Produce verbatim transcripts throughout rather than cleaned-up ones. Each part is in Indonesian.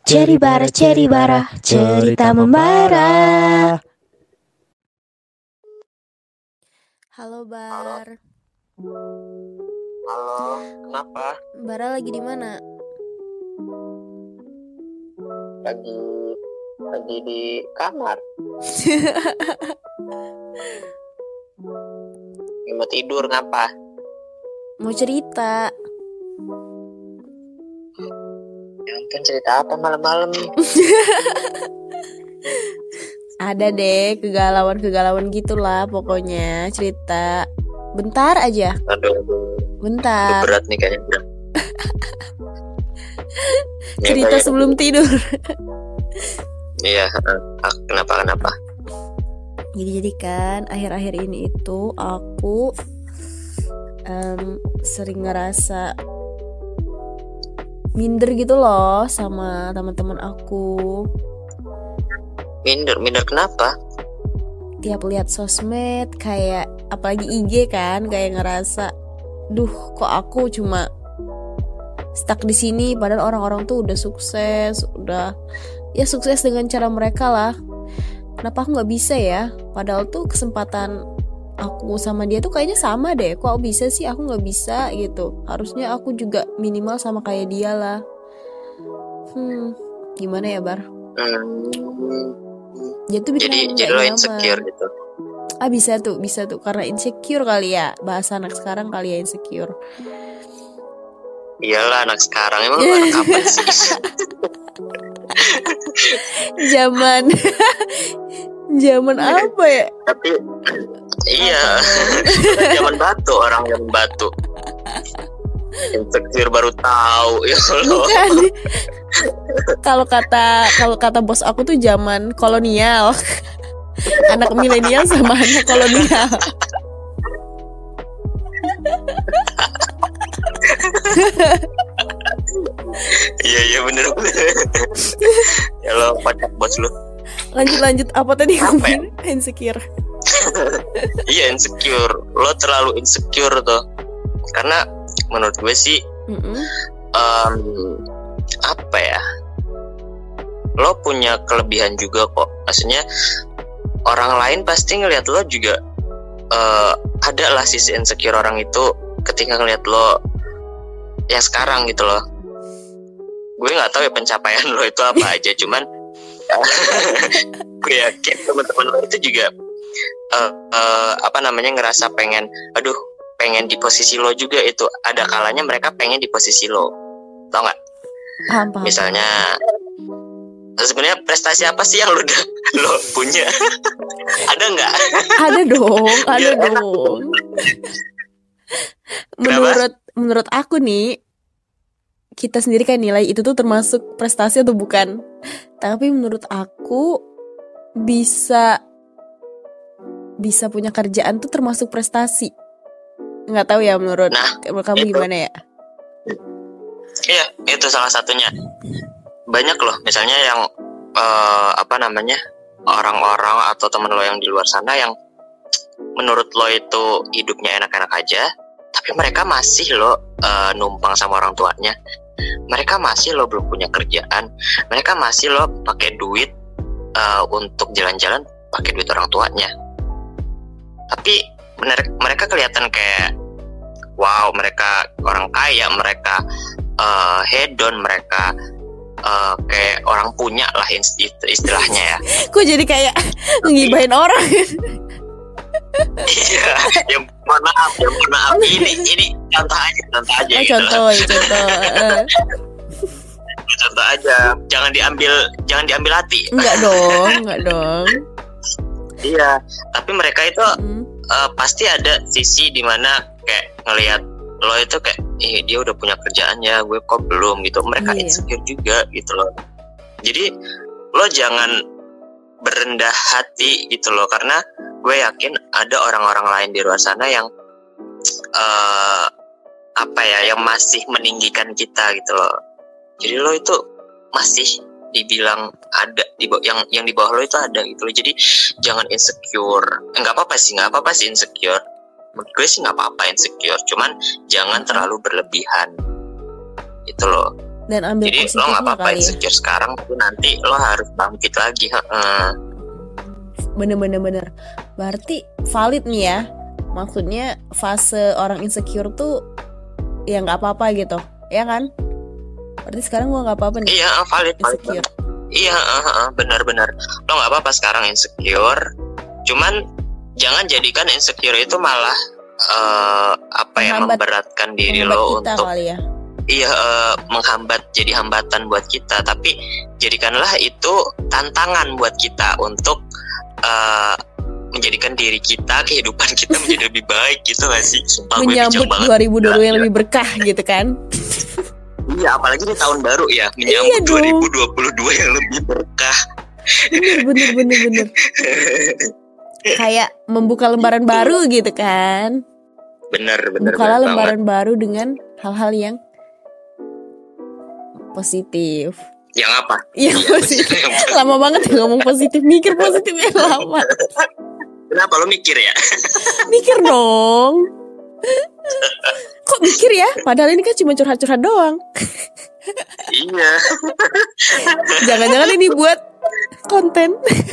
Ceribara, ceribara, cerita membara. Halo Bar. Halo, kenapa? Bara lagi di mana? Lagi lagi di kamar. Mau tidur ngapa? Mau cerita. Ya ampun, cerita apa malam-malam nih? Ada deh kegalauan-kegalauan gitulah pokoknya cerita. Bentar aja. Aduh, Bentar. aduh berat nih kayaknya berat. Cerita Ya, sebelum ya. tidur. Iya, uh, kenapa kenapa? Jadi jadi kan akhir-akhir ini itu aku um, sering ngerasa minder gitu loh sama teman-teman aku. Minder, minder kenapa? Tiap lihat sosmed kayak apalagi I G kan kayak ngerasa, duh kok aku cuma stuck di sini padahal orang-orang tuh udah sukses, udah ya sukses dengan cara mereka lah. Kenapa aku nggak bisa ya? Padahal tuh kesempatan aku sama dia tuh kayaknya sama deh. Kok bisa sih aku nggak bisa gitu? Harusnya aku juga minimal sama kayak dia lah. Hmm, gimana ya Bar? Hmm, Dia tuh bikin jadi aku jadi nggak lo nyaman. insecure gitu. Ah bisa tuh, bisa tuh karena insecure kali ya. Bahasa anak sekarang kali ya insecure. Iyalah anak sekarang emang lo anak kapan sih? Zaman zaman apa ya? Tapi iya, zaman batu, orang zaman batu. Insecure baru tahu ya Allah. Bukan. Kalau kata kalau kata bos aku tuh zaman kolonial. Anak milenial sama anak kolonial. Iya iya bener bener. Ya lo kocak bos lu. Lanjut lanjut apa tadi Apa ya? ngomongin insecure. Iya insecure. Lo terlalu insecure tuh. Karena menurut gue sih Mm-mm. um, apa ya? Lo punya kelebihan juga kok. Maksudnya orang lain pasti ngelihat lo juga uh, ada lah sisi insecure orang itu ketika ngelihat lo yang sekarang gitu loh. Gue nggak tahu ya pencapaian lo itu apa aja, cuman gue yakin teman-teman lo itu juga uh, uh, apa namanya ngerasa pengen, aduh pengen di posisi lo juga itu. Ada kalanya mereka pengen di posisi lo, tau nggak? Paham paham. Misalnya sebenarnya prestasi apa sih yang lo udah lo punya? Ada nggak? Ada dong, ada Biar enak dong. Kenapa? Menurut menurut aku nih, kita sendiri kan nilai itu tuh termasuk prestasi atau bukan. Tapi menurut aku bisa bisa punya kerjaan tuh termasuk prestasi. Nggak tahu ya menurut, Nah, menurut kamu itu. gimana ya? Iya, itu salah satunya. Banyak loh, misalnya yang uh, apa namanya orang-orang atau temen lo yang di luar sana yang menurut lo itu hidupnya enak-enak aja, tapi mereka masih lo uh, numpang sama orang tuanya. Mereka masih lo belum punya kerjaan. Mereka masih lo pakai duit uh, untuk jalan-jalan pakai duit orang tuanya. Tapi mener- mereka kelihatan kayak wow, mereka orang kaya, mereka uh, hedon, mereka uh, kayak orang punya lah istilahnya ya. Kok jadi kayak ngibahin orang? Iya, ya mohon maaf, ya mohon maaf. Ini ini contoh aja, contoh aja. Oh, gitu. contoh, ya, contoh. Eh, Contoh aja, jangan diambil, jangan diambil hati. enggak dong, enggak dong. Iya, tapi mereka itu Hmm. uh, pasti ada sisi dimana kayak ngelihat lo itu kayak, eh dia udah punya kerjaan ya, gue kok belum gitu. Mereka Iya. insecure juga gitu loh. Jadi lo jangan berendah hati gitu loh, karena gue yakin ada orang-orang lain di luar sana yang uh, apa ya, yang masih meninggikan kita gitu loh. Jadi lo itu masih dibilang ada di bawah, yang yang di bawah lo itu ada gitu loh. Jadi jangan insecure. Enggak apa-apa sih, enggak apa-apa sih insecure. Menurut gue sih enggak apa-apa insecure, cuman jangan terlalu berlebihan. Gitu loh. dan ambil Jadi lo positifnya nggak apa-apa kali ya. insecure sekarang, tapi nanti lo harus bangkit lagi. Heeh. Bener-bener bener. Berarti valid nih ya. Maksudnya fase orang insecure tuh ya nggak apa-apa gitu, ya kan? Berarti sekarang gua nggak apa-apa nih. Iya, valid, valid. Insecure. Iya, uh, uh, benar-benar. Lo nggak apa-apa sekarang insecure. Cuman jangan jadikan insecure itu malah uh, apa ya Menghambat- memberatkan diri Menghambat lo kita untuk kali ya. iya uh, menghambat jadi hambatan buat kita. Tapi jadikanlah itu tantangan buat kita untuk uh, menjadikan diri kita, kehidupan kita menjadi lebih baik gitu gak sih? Sumpah gue bijak Menyambut banget. dua ribu dua puluh yang Iya. lebih berkah gitu kan. Iya, apalagi di tahun baru ya, Iya menyambut dong. dua ribu dua puluh dua yang lebih berkah. Bener bener bener bener. Kayak membuka lembaran baru gitu kan. Bener, bener, Bukalah bener banget. lembaran baru dengan hal-hal yang positif. Yang apa? Yang Iya, positif. bener, yang positif. Lama banget ya ngomong positif, mikir positifnya lama. Kenapa lo mikir ya? Mikir dong. Kok mikir ya? Padahal ini kan cuma curhat-curhat doang. Iya. Jangan-jangan ini buat konten.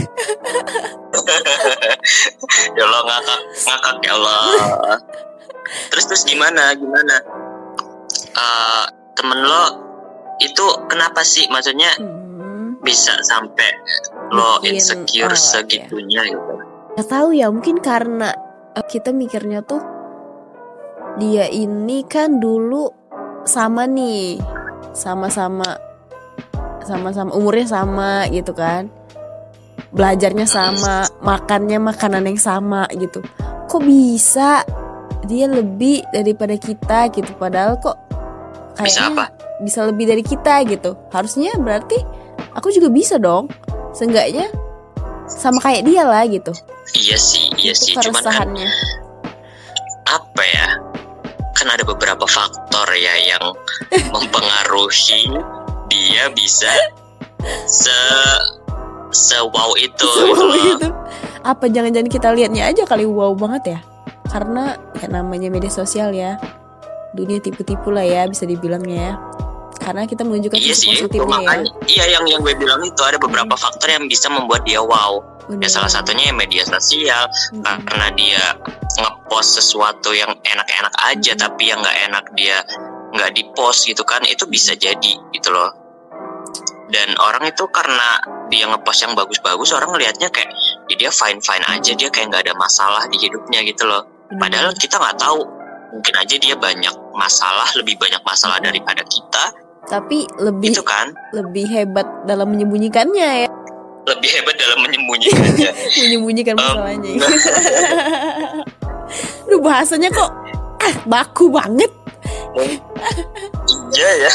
Ya Allah, ngakak, ngakak ya Allah. Terus terus gimana? Gimana? Eh, temen lo itu kenapa sih? Maksudnya Hmm, bisa sampai lo Bikin, insecure oh, segitunya gitu? gak tahu ya, mungkin karena eh, kita mikirnya tuh dia ini kan dulu sama nih, sama-sama sama-sama umurnya sama gitu kan, belajarnya sama, makannya makanan yang sama gitu. Kok bisa dia lebih daripada kita gitu, padahal kok Bisa kayaknya apa? bisa lebih dari kita gitu. Harusnya berarti aku juga bisa dong, seenggaknya sama kayak dia lah gitu. Iya sih, iya Itu sih. Cuman kan keresahannya. apa ya? Kan ada beberapa faktor ya yang mempengaruhi dia bisa se se wow itu gitu Wow loh. gitu. Apa jangan-jangan kita lihatnya aja kali wow banget ya? Karena ya namanya media sosial ya, dunia tipu-tipu lah ya bisa dibilangnya ya. Karena kita menunjukkan Iya sisi sih, itu positifnya ya. makanya. Iya, yang yang gue bilang itu ada beberapa faktor yang bisa membuat dia wow. Bener. Ya salah satunya ya media sosial, Mm-mm. karena dia ngepost sesuatu yang enak-enak aja, Mm-mm. tapi yang nggak enak dia nggak dipost gitu kan, itu bisa jadi gitu loh. Dan orang itu karena dia ngepost yang bagus-bagus, orang ngelihatnya kayak ya dia fine-fine aja, dia kayak nggak ada masalah di hidupnya gitu loh. Bener. Padahal kita nggak tahu, mungkin aja dia banyak masalah, lebih banyak masalah daripada kita, Tapi lebih gitu kan? lebih hebat dalam menyembunyikannya ya. Lebih hebat dalam menyembunyikannya. Menyembunyikan Um, masalahnya. Duh bahasanya kok ah, baku banget. Iya ya.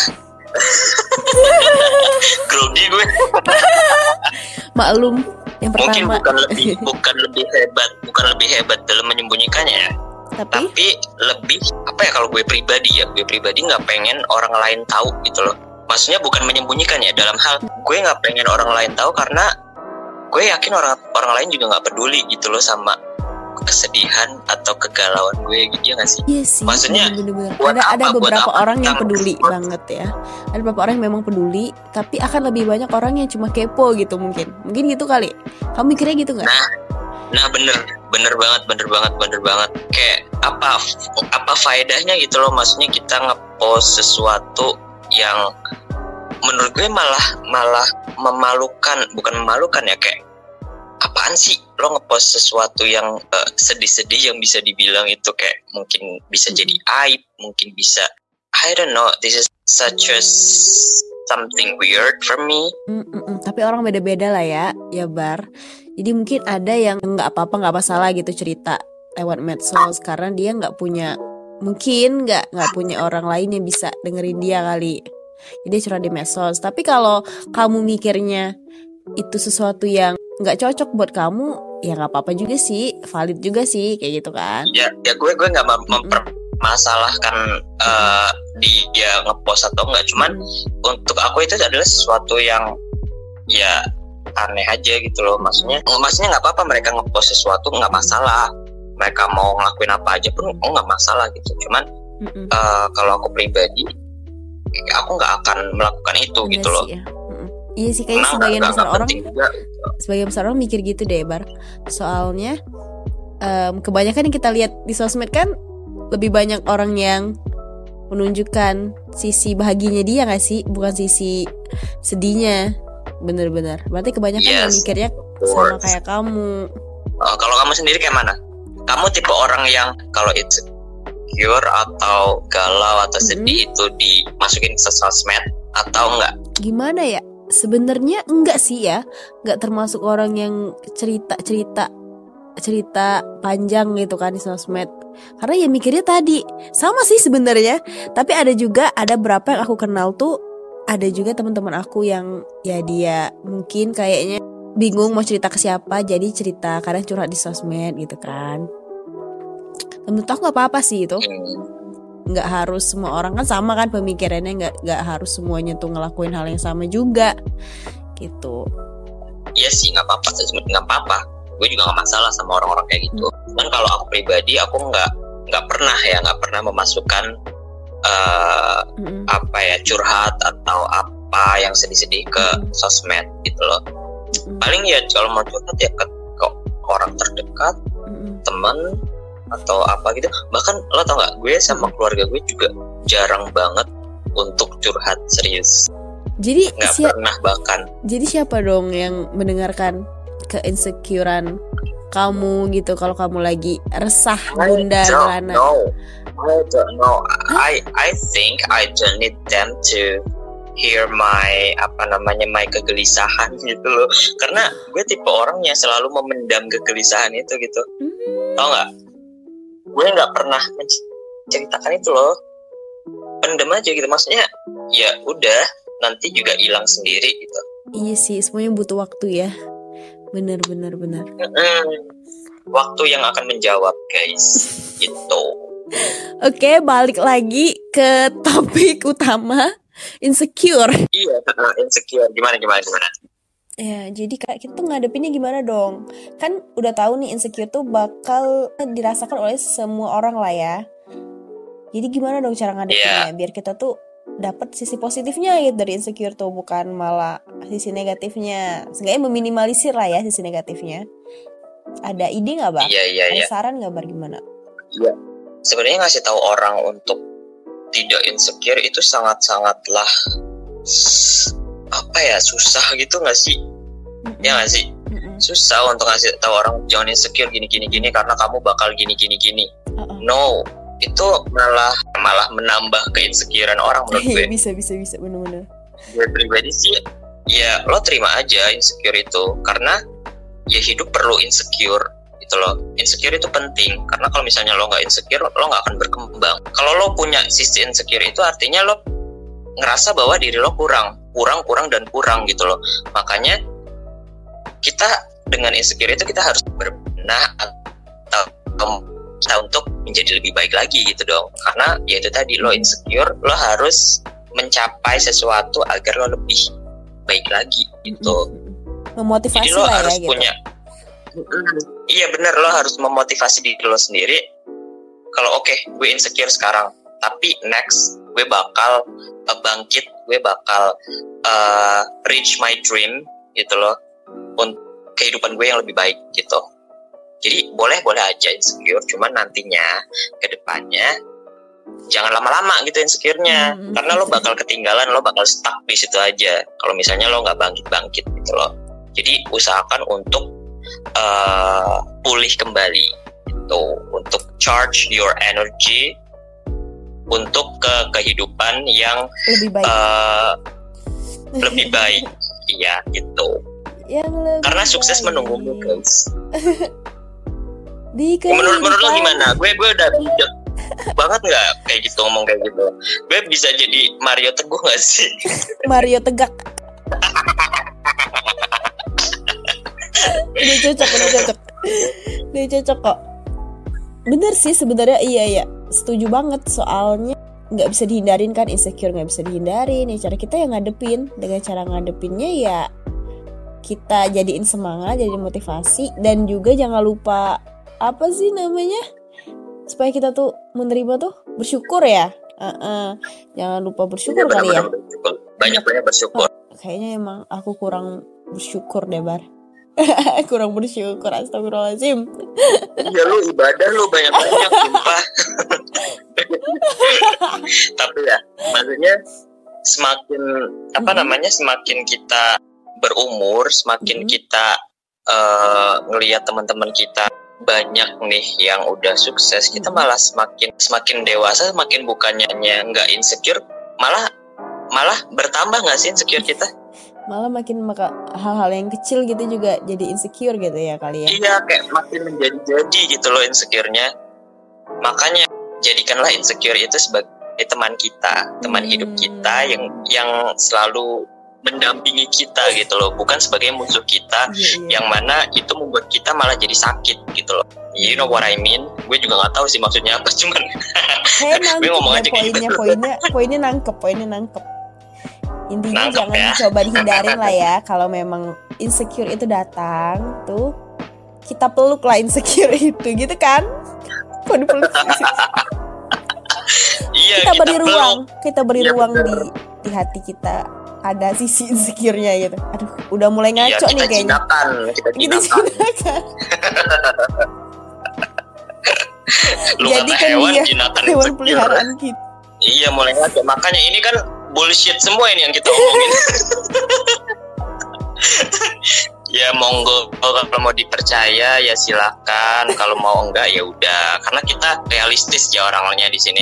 Grogi gue. Maklum yang Mungkin pertama. bukan lebih bukan lebih hebat, bukan lebih hebat dalam menyembunyikannya ya. Tapi Tapi lebih apa ya, kalau gue pribadi ya, gue pribadi nggak pengen orang lain tahu gitu loh. Maksudnya bukan menyembunyikan ya, dalam hal gue nggak pengen orang lain tahu karena gue yakin orang orang lain juga nggak peduli gitu loh sama kesedihan atau kegalauan gue gitu ya nggak sih? iya sih. Maksudnya, bener-bener. buat ada ada apa, buat beberapa apa orang yang kita peduli nge-support? banget ya. Ada beberapa orang yang memang peduli, tapi akan lebih banyak orang yang cuma kepo gitu mungkin. Mungkin gitu kali. Kamu mikirnya gitu nggak? Nah, nah bener, bener banget, bener banget, bener banget. Kayak apa, apa faedahnya gitu loh. Maksudnya kita ngepost sesuatu yang menurut gue malah, malah memalukan, bukan memalukan ya, kayak apaan sih lo ngepost sesuatu yang uh, sedih-sedih yang bisa dibilang itu kayak mungkin bisa jadi aib, mungkin bisa, I don't know, this is such a something weird for me. Mm-mm. Tapi orang beda-beda lah ya, ya Bar. Jadi mungkin ada yang nggak apa-apa, nggak masalah gitu cerita lewat medsos karena dia nggak punya, mungkin nggak nggak punya orang lain yang bisa dengerin dia kali. Jadi dia curhat di medsos. Tapi kalau kamu mikirnya itu sesuatu yang nggak cocok buat kamu, ya nggak apa-apa juga sih, valid juga sih kayak gitu kan. Ya, ya gue gue nggak mem- mempermasalahkan uh, dia ngepost atau enggak, cuman untuk aku itu adalah sesuatu yang ya aneh aja gitu loh. Maksudnya, maksudnya nggak apa-apa mereka ngepost sesuatu, nggak masalah. Mereka mau ngelakuin apa aja pun, oh nggak masalah gitu. Cuman uh, kalau aku pribadi, aku nggak akan melakukan itu. Iya gitu loh. sih, ya. Iya sih, kayaknya Nah, sebagian nggak- besar nggak orang penting juga. sebagian besar orang mikir gitu deh, Bar. Soalnya em, kebanyakan yang kita lihat di sosmed kan lebih banyak orang yang menunjukkan sisi bahagianya dia nggak sih, bukan sisi sedihnya. Bener-bener. Berarti kebanyakan yang Yes, mikirnya of sama course. kayak kamu. Uh, kalau kamu sendiri kayak mana? Kamu tipe orang yang kalau insecure atau galau atau sedih itu dimasukin ke sosmed atau enggak? Gimana ya? Sebenarnya enggak sih ya. Enggak termasuk orang yang cerita-cerita cerita panjang gitu kan di sosmed. Karena ya mikirnya tadi sama sih sebenarnya. Tapi ada juga ada berapa yang aku kenal tuh, ada juga teman-teman aku yang ya dia mungkin kayaknya bingung mau cerita ke siapa, jadi cerita kadang curhat di sosmed gitu kan. Menurut aku nggak apa-apa sih itu. Hmm. Nggak harus semua orang kan sama kan pemikirannya, nggak nggak harus semuanya tuh ngelakuin hal yang sama juga gitu. Iya sih, nggak apa-apa, sebenarnya nggak apa-apa. Gue juga nggak masalah sama orang-orang kayak gitu. Cuman kalau aku pribadi, aku nggak nggak pernah ya, nggak pernah memasukkan uh, Mm-mm. apa ya curhat atau apa yang sedih-sedih ke Mm-mm. sosmed gitu loh. Mm-mm. Paling ya kalau mau curhat ya ke, ke orang terdekat, Mm-mm. teman atau apa gitu. Bahkan lo tau nggak, gue sama keluarga gue juga jarang banget untuk curhat serius. Jadi Nggak sia- pernah bahkan. jadi siapa dong yang mendengarkan keinsecurean kamu gitu kalau kamu lagi resah bunda I don't Lana? know. I don't know. I I think I don't need them to hear my apa namanya my kegelisahan gitu loh. Karena gue tipe orang yang selalu memendam kegelisahan itu gitu. Hmm. Tau nggak? Gue nggak pernah menceritakan itu loh. Pendem aja gitu. Maksudnya ya udah, nanti juga hilang sendiri gitu. Iya sih, semuanya butuh waktu ya. Bener bener bener. Mm-mm. Waktu yang akan menjawab guys. Gitu. Oke, balik lagi ke topik utama, insecure. Iya, uh, insecure. Gimana gimana gimana? Ya, jadi kayak kita tuh ngadepinnya gimana dong? Kan udah tahu nih insecure tuh bakal dirasakan oleh semua orang lah ya. Jadi gimana dong cara ngadepinnya? Yeah. Biar kita tuh dapat sisi positifnya gitu dari insecure tuh, bukan malah sisi negatifnya. Seenggaknya meminimalisir lah ya sisi negatifnya. Ada ide nggak, Bar? Iya iya Ada iya. saran nggak, Bar, gimana? Iya. Sebenarnya ngasih tahu orang untuk tidak insecure itu sangat-sangatlah apa ya, susah gitu nggak sih? Ya nggak sih? Mm-mm. Susah untuk ngasih tahu orang jangan insecure gini gini gini karena kamu bakal gini gini gini. Uh-uh. No, itu malah malah menambah keinsecurean orang menurut gue. bisa bisa bisa bener-bener. Gue pribadi sih, ya lo terima aja insecure itu karena ya hidup perlu insecure gitu loh. Insecure itu penting karena kalau misalnya lo nggak insecure, lo nggak akan berkembang. Kalau lo punya sisi insecure itu artinya lo ngerasa bahwa diri lo kurang, kurang, kurang dan kurang gitu loh. Makanya kita dengan insecure itu kita harus berbenah atau kita untuk menjadi lebih baik lagi gitu dong. Karena ya itu tadi, lo insecure, lo harus mencapai sesuatu agar lo lebih baik lagi gitu. Memotivasi Jadi lo lah harus ya gitu. punya, iya bener, lo harus memotivasi diri lo sendiri. Kalau oke, okay, gue insecure sekarang, tapi next gue bakal uh, bangkit, gue bakal uh, reach my dream gitu loh, untuk kehidupan gue yang lebih baik gitu. Jadi boleh-boleh aja insecure, cuman nantinya ke depannya jangan lama-lama gitu insecure-nya, Hmm. karena lo bakal ketinggalan, lo bakal stuck di situ aja. Kalau misalnya lo nggak bangkit-bangkit gitu loh. Jadi usahakan untuk uh, pulih kembali gitu, untuk charge your energy untuk ke kehidupan yang Lebih baik. uh, lebih baik, iya gitu. Yang lebih Karena sukses baik. menunggumu guys. Di Menurut menurut lo kehidupan. gimana? Gue gue udah bijak banget nggak kayak gitu, ngomong kayak gitu. Gue bisa jadi Mario Teguh nggak sih? Mario Tegak. Udah cocok, udah cocok. Udah cocok kok. Bener sih sebenarnya, iya ya. Setuju banget, soalnya nggak bisa dihindarin kan, insecure nggak bisa dihindarin. Ya cara kita yang ngadepin, dengan cara ngadepinnya ya kita jadiin semangat, jadiin motivasi, dan juga jangan lupa apa sih namanya, supaya kita tuh menerima tuh bersyukur ya. Uh-uh. Jangan lupa Iya, bersyukur kali ya. benar-benar bersyukur. Banyak-banyak bersyukur. Kayaknya emang aku kurang bersyukur deh, Bar. Kurang bersyukur, astagfirullahaladzim. Iya, lu ibadah lu banyak-banyak, sumpah. Tapi ya, maksudnya semakin apa Mm-mm. namanya, semakin kita berumur, semakin Mm-mm. kita eh, ngelihat teman-teman kita banyak nih yang udah sukses, kita Mm-mm. malah semakin semakin dewasa, semakin bukannya nggak insecure, malah malah bertambah nggak sih insecure kita? Malah makin maka hal-hal yang kecil gitu juga jadi insecure gitu ya kali ya. Iya, kayak makin menjadi-jadi gitu loh insecure-nya. Makanya jadikanlah insecure itu sebagai teman kita, teman Hmm. hidup kita yang yang selalu mendampingi kita gitu loh, bukan sebagai musuh kita Iya, iya. yang mana itu membuat kita malah jadi sakit gitu loh. You know what I mean? Gue juga nggak tahu sih maksudnya apa, cuman Kayak nangkep gue ngomong deh aja kayak poinnya, gitu. poinnya, poinnya nangkep, poinnya nangkep. Intinya Nangkep jangan ya. dicoba dihindarin lah ya. Kalau memang insecure itu datang, tuh kita peluk lah insecure itu, gitu kan? Kok dipeluk? Iya, Kita beri peluk. ruang, kita beri Iya, ruang bener. di di hati kita ada sisi insecure-nya gitu. Aduh, udah mulai Iya, ngaco kita nih kayaknya. jinakan, kita Gitu jinakan. jinakan. Lu Jadi kata kan hewan, dia jinakan hewan insecure. peliharaan kita. Iya, mulai ngaco. Makanya ini kan bullshit semua ini yang kita omongin. Ya monggo, kalau mau dipercaya ya silakan, kalau mau enggak ya udah, karena kita realistis ya orangnya di sini.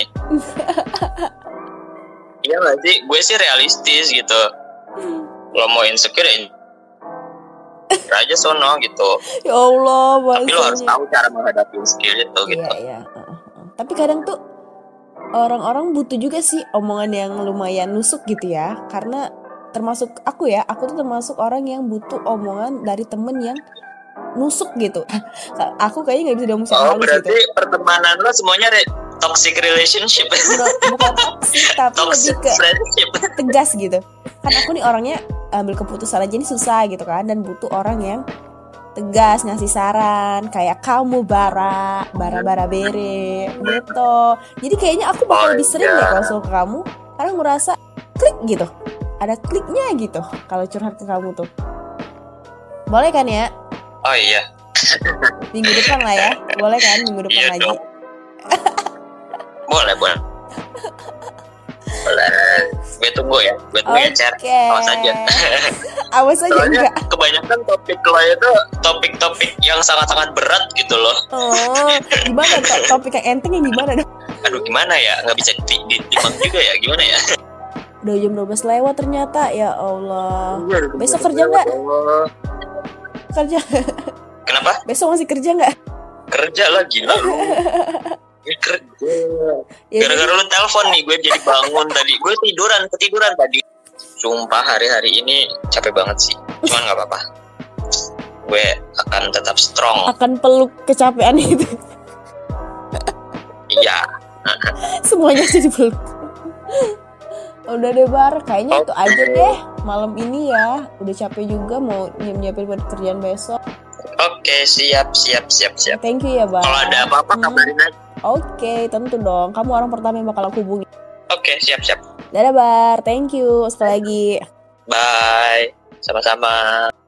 Iya nggak sih, gue sih realistis gitu. Kalau mau insecure ya insecure aja sono gitu. Ya Allah, Tapi lo harus bahasanya. tahu cara menghadapi insecure itu gitu. Iya, iya. uh, uh. Tapi kadang tuh orang-orang butuh juga sih omongan yang lumayan nusuk gitu ya. Karena termasuk aku ya, aku tuh termasuk orang yang butuh omongan dari temen yang nusuk gitu. Aku kayaknya nggak bisa diomong secara Oh, halus berarti gitu. pertemanan lo semuanya re- toxic relationship. Bukan, bukan toxic, tapi Toxic lebih ke friendship. tegas gitu. Kan aku nih orangnya ambil keputusan aja ini susah gitu kan, dan butuh orang yang tegas ngasih saran kayak kamu bara bara bara bere gitu. Jadi kayaknya aku bakal Oh, lebih sering iya. deh konsul ke kamu karena ngerasa klik gitu, ada kliknya gitu kalau curhat ke kamu tuh. Boleh kan ya, Oh iya. minggu depan lah ya, boleh kan minggu depan Iya lagi. dong. Boleh, boleh. Boleh. Gue tunggu ya. Gue tunggu ya, Cer. Oke. Awas aja. Awas aja Soalnya enggak. kebanyakan topik lo itu topik-topik yang sangat-sangat berat gitu loh. Oh, gimana to- topik yang enteng yang gimana dong? Aduh, gimana ya? Nggak bisa di- di- ditimbang juga ya? Gimana ya? Udah jam dua belas lewat ternyata, ya Allah. Besok kerja nggak? Kerja. Kenapa? Besok masih kerja nggak? Kerja lah, gila lu. Gue kerja. Ya, Gara-gara lu telepon nih, gue jadi bangun tadi. Gue tiduran, ketiduran tadi. Sumpah hari-hari ini capek banget sih. Cuman nggak apa-apa. Gue akan tetap strong. akan peluk kecapean itu. Iya. Semuanya jadi peluk. Udah deh Bar, kayaknya itu Oke. aja deh malam ini ya. Udah capek juga mau nyiap-nyiapin buat kerjaan besok. Oke, siap, siap, siap, siap. Thank you ya Bar. Kalau ada apa-apa Hmm. kabarin aja. Oke, tentu dong. Kamu orang pertama yang bakal aku hubungi. Oke, siap, siap. Dadah Bar, thank you sekali lagi. Bye. Sama-sama.